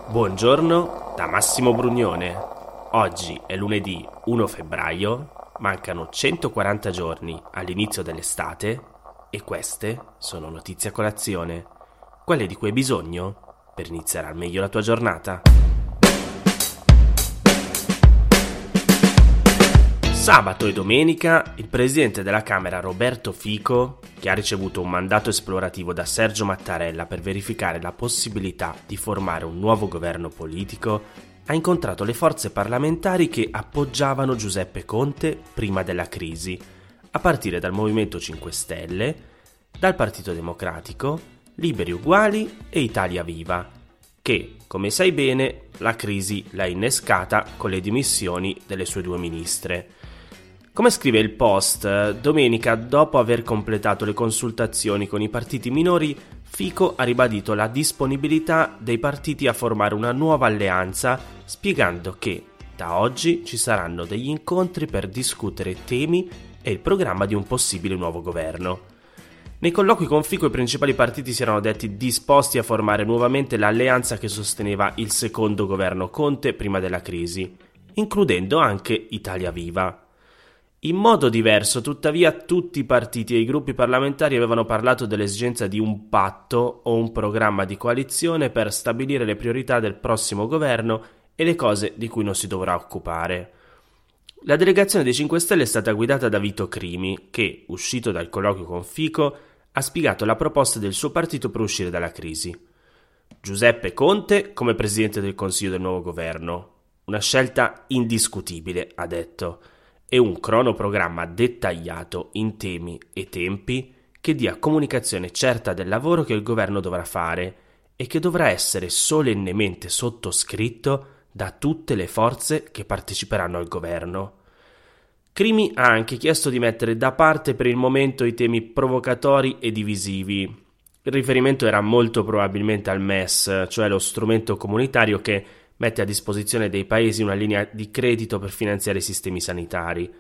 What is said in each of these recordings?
Buongiorno da Massimo Brugnone. Oggi è lunedì 1 febbraio, mancano 140 giorni all'inizio dell'estate e queste sono notizie a colazione, quelle di cui hai bisogno per iniziare al meglio la tua giornata. Sabato e domenica il presidente della Camera Roberto Fico, che ha ricevuto un mandato esplorativo da Sergio Mattarella per verificare la possibilità di formare un nuovo governo politico, ha incontrato le forze parlamentari che appoggiavano Giuseppe Conte prima della crisi, a partire dal Movimento 5 Stelle, dal Partito Democratico, Liberi Uguali e Italia Viva, che, come sai bene, la crisi l'ha innescata con le dimissioni delle sue due ministre. Come scrive il Post, domenica, dopo aver completato le consultazioni con i partiti minori, Fico ha ribadito la disponibilità dei partiti a formare una nuova alleanza, spiegando che da oggi ci saranno degli incontri per discutere temi e il programma di un possibile nuovo governo. Nei colloqui con Fico i principali partiti si erano detti disposti a formare nuovamente l'alleanza che sosteneva il secondo governo Conte prima della crisi, includendo anche Italia Viva. In modo diverso, tuttavia, tutti i partiti e i gruppi parlamentari avevano parlato dell'esigenza di un patto o un programma di coalizione per stabilire le priorità del prossimo governo e le cose di cui non si dovrà occupare. La delegazione dei 5 Stelle è stata guidata da Vito Crimi, che, uscito dal colloquio con Fico, ha spiegato la proposta del suo partito per uscire dalla crisi. Giuseppe Conte come presidente del Consiglio del nuovo governo. Una scelta indiscutibile, ha detto, e un cronoprogramma dettagliato in temi e tempi che dia comunicazione certa del lavoro che il governo dovrà fare e che dovrà essere solennemente sottoscritto da tutte le forze che parteciperanno al governo. Crimi ha anche chiesto di mettere da parte per il momento i temi provocatori e divisivi. Il riferimento era molto probabilmente al MES, cioè lo strumento comunitario che mette a disposizione dei paesi una linea di credito per finanziare i sistemi sanitari.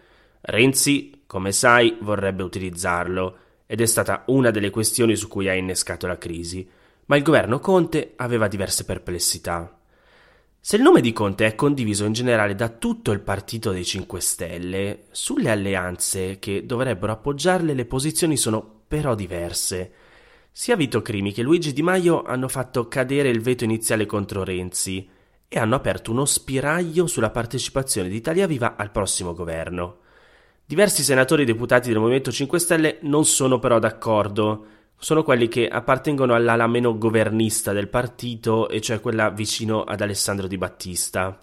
Renzi, come sai, vorrebbe utilizzarlo ed è stata una delle questioni su cui ha innescato la crisi, ma il governo Conte aveva diverse perplessità. Se il nome di Conte è condiviso in generale da tutto il partito dei 5 Stelle, sulle alleanze che dovrebbero appoggiarle le posizioni sono però diverse. Sia Vito Crimi che Luigi Di Maio hanno fatto cadere il veto iniziale contro Renzi e hanno aperto uno spiraglio sulla partecipazione di Italia Viva al prossimo governo. Diversi senatori e deputati del Movimento 5 Stelle non sono però d'accordo. Sono quelli che appartengono all'ala meno governista del partito, e cioè quella vicino ad Alessandro Di Battista.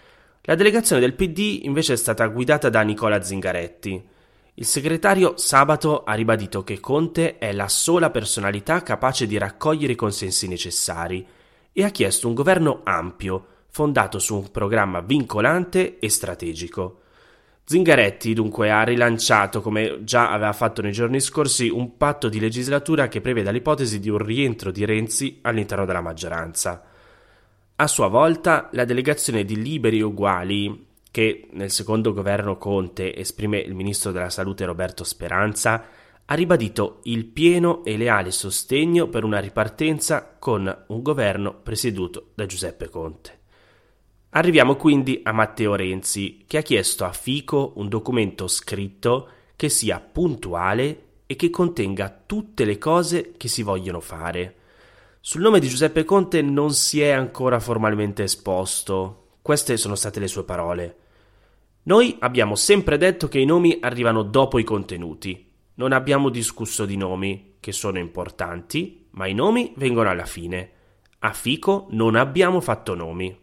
La delegazione del PD invece è stata guidata da Nicola Zingaretti. Il segretario sabato ha ribadito che Conte è la sola personalità capace di raccogliere i consensi necessari e ha chiesto un governo ampio, fondato su un programma vincolante e strategico. Zingaretti dunque ha rilanciato, come già aveva fatto nei giorni scorsi, un patto di legislatura che preveda l'ipotesi di un rientro di Renzi all'interno della maggioranza. A sua volta, la delegazione di Liberi Uguali, che nel secondo governo Conte esprime il ministro della Salute Roberto Speranza, ha ribadito il pieno e leale sostegno per una ripartenza con un governo presieduto da Giuseppe Conte. Arriviamo quindi a Matteo Renzi, che ha chiesto a Fico un documento scritto che sia puntuale e che contenga tutte le cose che si vogliono fare. Sul nome di Giuseppe Conte non si è ancora formalmente esposto. Queste sono state le sue parole. Noi abbiamo sempre detto che i nomi arrivano dopo i contenuti. Non abbiamo discusso di nomi, che sono importanti, ma i nomi vengono alla fine. A Fico non abbiamo fatto nomi.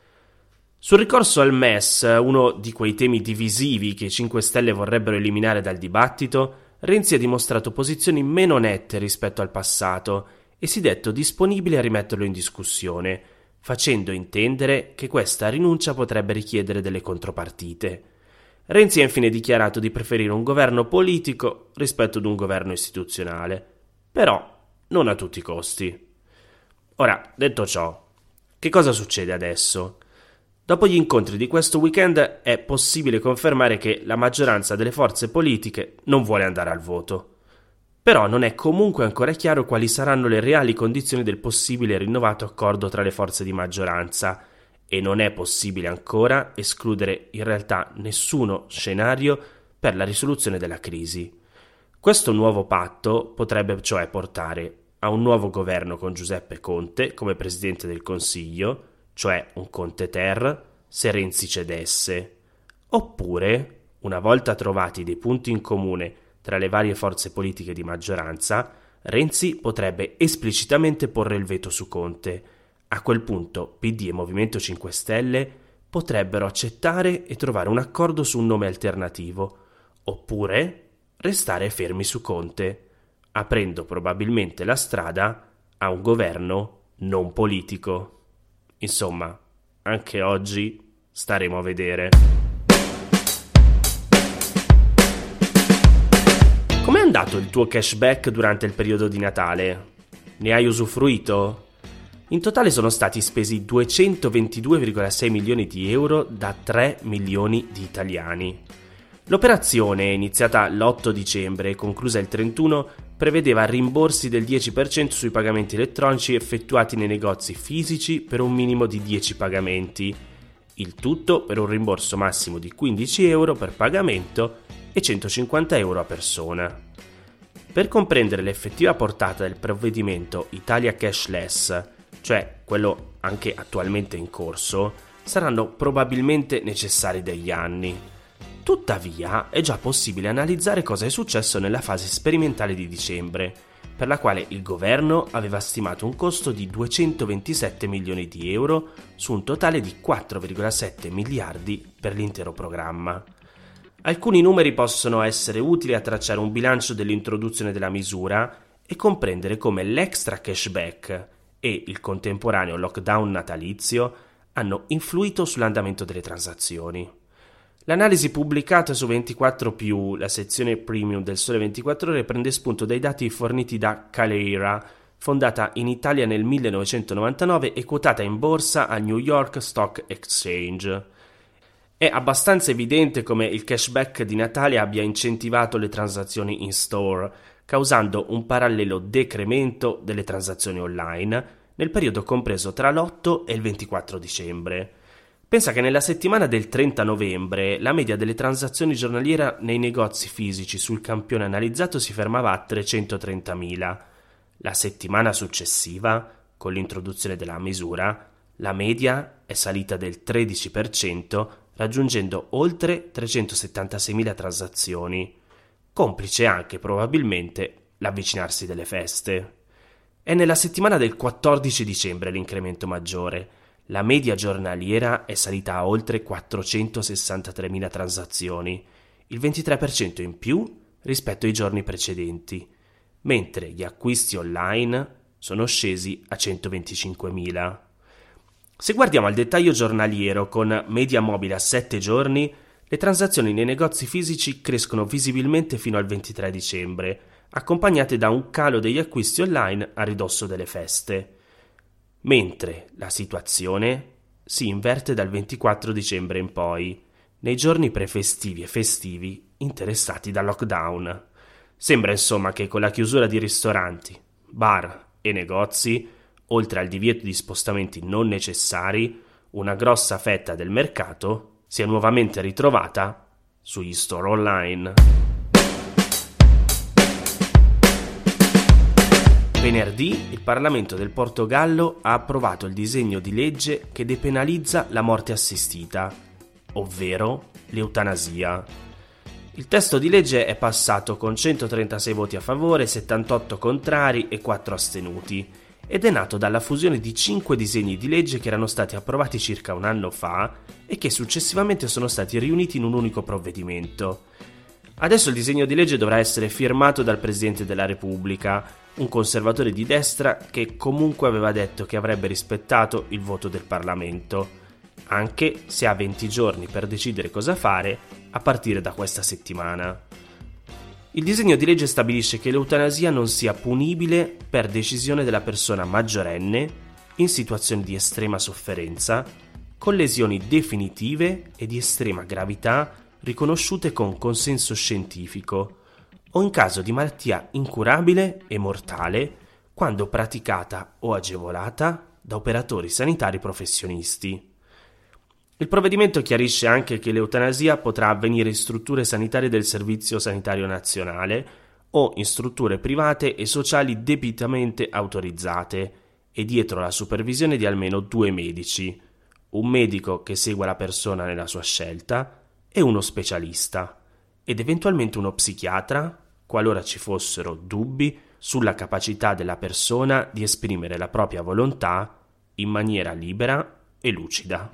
Sul ricorso al MES, uno di quei temi divisivi che i 5 Stelle vorrebbero eliminare dal dibattito, Renzi ha dimostrato posizioni meno nette rispetto al passato e si è detto disponibile a rimetterlo in discussione, facendo intendere che questa rinuncia potrebbe richiedere delle contropartite. Renzi ha infine dichiarato di preferire un governo politico rispetto ad un governo istituzionale, però non a tutti i costi. Ora, detto ciò, che cosa succede adesso? Dopo gli incontri di questo weekend è possibile confermare che la maggioranza delle forze politiche non vuole andare al voto. Però non è comunque ancora chiaro quali saranno le reali condizioni del possibile rinnovato accordo tra le forze di maggioranza e non è possibile ancora escludere in realtà nessuno scenario per la risoluzione della crisi. Questo nuovo patto potrebbe cioè portare a un nuovo governo con Giuseppe Conte come Presidente del Consiglio, cioè un Conte-ter, se Renzi cedesse, oppure, una volta trovati dei punti in comune tra le varie forze politiche di maggioranza, Renzi potrebbe esplicitamente porre il veto su Conte. A quel punto PD e Movimento 5 Stelle potrebbero accettare e trovare un accordo su un nome alternativo, oppure restare fermi su Conte, aprendo probabilmente la strada a un governo non politico. Insomma, anche oggi staremo a vedere. Com'è andato il tuo cashback durante il periodo di Natale? Ne hai usufruito? In totale sono stati spesi 222,6 milioni di euro da 3 milioni di italiani. L'operazione, iniziata l'8 dicembre e conclusa il 31, prevedeva rimborsi del 10% sui pagamenti elettronici effettuati nei negozi fisici per un minimo di 10 pagamenti, il tutto per un rimborso massimo di 15 euro per pagamento e 150 euro a persona. Per comprendere l'effettiva portata del provvedimento Italia Cashless, cioè quello anche attualmente in corso, saranno probabilmente necessari degli anni. Tuttavia, è già possibile analizzare cosa è successo nella fase sperimentale di dicembre, per la quale il governo aveva stimato un costo di 227 milioni di euro su un totale di 4,7 miliardi per l'intero programma. Alcuni numeri possono essere utili a tracciare un bilancio dell'introduzione della misura e comprendere come l'extra cashback e il contemporaneo lockdown natalizio hanno influito sull'andamento delle transazioni. L'analisi pubblicata su 24+, la sezione premium del Sole 24 Ore, prende spunto dai dati forniti da Kalera, fondata in Italia nel 1999 e quotata in borsa al New York Stock Exchange. È abbastanza evidente come il cashback di Natale abbia incentivato le transazioni in store, causando un parallelo decremento delle transazioni online nel periodo compreso tra l'8 e il 24 dicembre. Pensa che nella settimana del 30 novembre la media delle transazioni giornaliere nei negozi fisici sul campione analizzato si fermava a 330.000. La settimana successiva, con l'introduzione della misura, la media è salita del 13%, raggiungendo oltre 376.000 transazioni, complice anche probabilmente l'avvicinarsi delle feste. È nella settimana del 14 dicembre l'incremento maggiore. La media giornaliera è salita a oltre 463.000 transazioni, il 23% in più rispetto ai giorni precedenti, mentre gli acquisti online sono scesi a 125.000. Se guardiamo al dettaglio giornaliero con media mobile a 7 giorni, le transazioni nei negozi fisici crescono visibilmente fino al 23 dicembre, accompagnate da un calo degli acquisti online a ridosso delle feste, mentre la situazione si inverte dal 24 dicembre in poi, nei giorni prefestivi e festivi interessati dal lockdown. Sembra insomma che con la chiusura di ristoranti, bar e negozi, oltre al divieto di spostamenti non necessari, una grossa fetta del mercato sia nuovamente ritrovata sugli store online. Venerdì il Parlamento del Portogallo ha approvato il disegno di legge che depenalizza la morte assistita, ovvero l'eutanasia. Il testo di legge è passato con 136 voti a favore, 78 contrari e 4 astenuti ed è nato dalla fusione di 5 disegni di legge che erano stati approvati circa un anno fa e che successivamente sono stati riuniti in un unico provvedimento. Adesso il disegno di legge dovrà essere firmato dal Presidente della Repubblica, un conservatore di destra che comunque aveva detto che avrebbe rispettato il voto del Parlamento, anche se ha 20 giorni per decidere cosa fare a partire da questa settimana. Il disegno di legge stabilisce che l'eutanasia non sia punibile per decisione della persona maggiorenne in situazioni di estrema sofferenza, con lesioni definitive e di estrema gravità riconosciute con consenso scientifico, o in caso di malattia incurabile e mortale quando praticata o agevolata da operatori sanitari professionisti. Il provvedimento chiarisce anche che l'eutanasia potrà avvenire in strutture sanitarie del Servizio Sanitario Nazionale o in strutture private e sociali debitamente autorizzate e dietro la supervisione di almeno 2 medici, un medico che segua la persona nella sua scelta e uno specialista, ed eventualmente uno psichiatra, qualora ci fossero dubbi sulla capacità della persona di esprimere la propria volontà in maniera libera e lucida.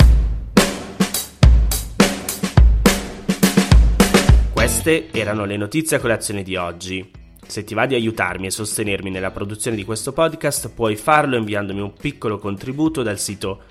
Queste erano le notizie a colazione di oggi. Se ti va di aiutarmi e sostenermi nella produzione di questo podcast, puoi farlo inviandomi un piccolo contributo dal sito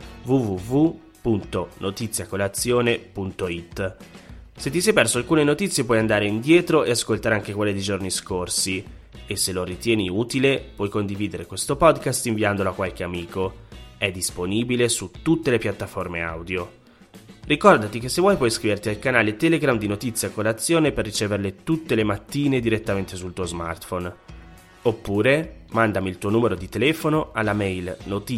www.notiziacolazione.it. Se ti sei perso alcune notizie puoi andare indietro e ascoltare anche quelle di giorni scorsi, e se lo ritieni utile puoi condividere questo podcast inviandolo a qualche amico. È disponibile su tutte le piattaforme audio. Ricordati che se vuoi puoi iscriverti al canale Telegram di Notizie a Colazione per riceverle tutte le mattine direttamente sul tuo smartphone. Oppure mandami il tuo numero di telefono alla mail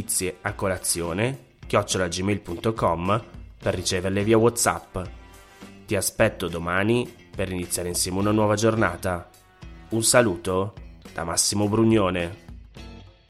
notizieacolazione@gmail.com per riceverle via WhatsApp. Ti aspetto domani per iniziare insieme una nuova giornata. Un saluto da Massimo Brugnone.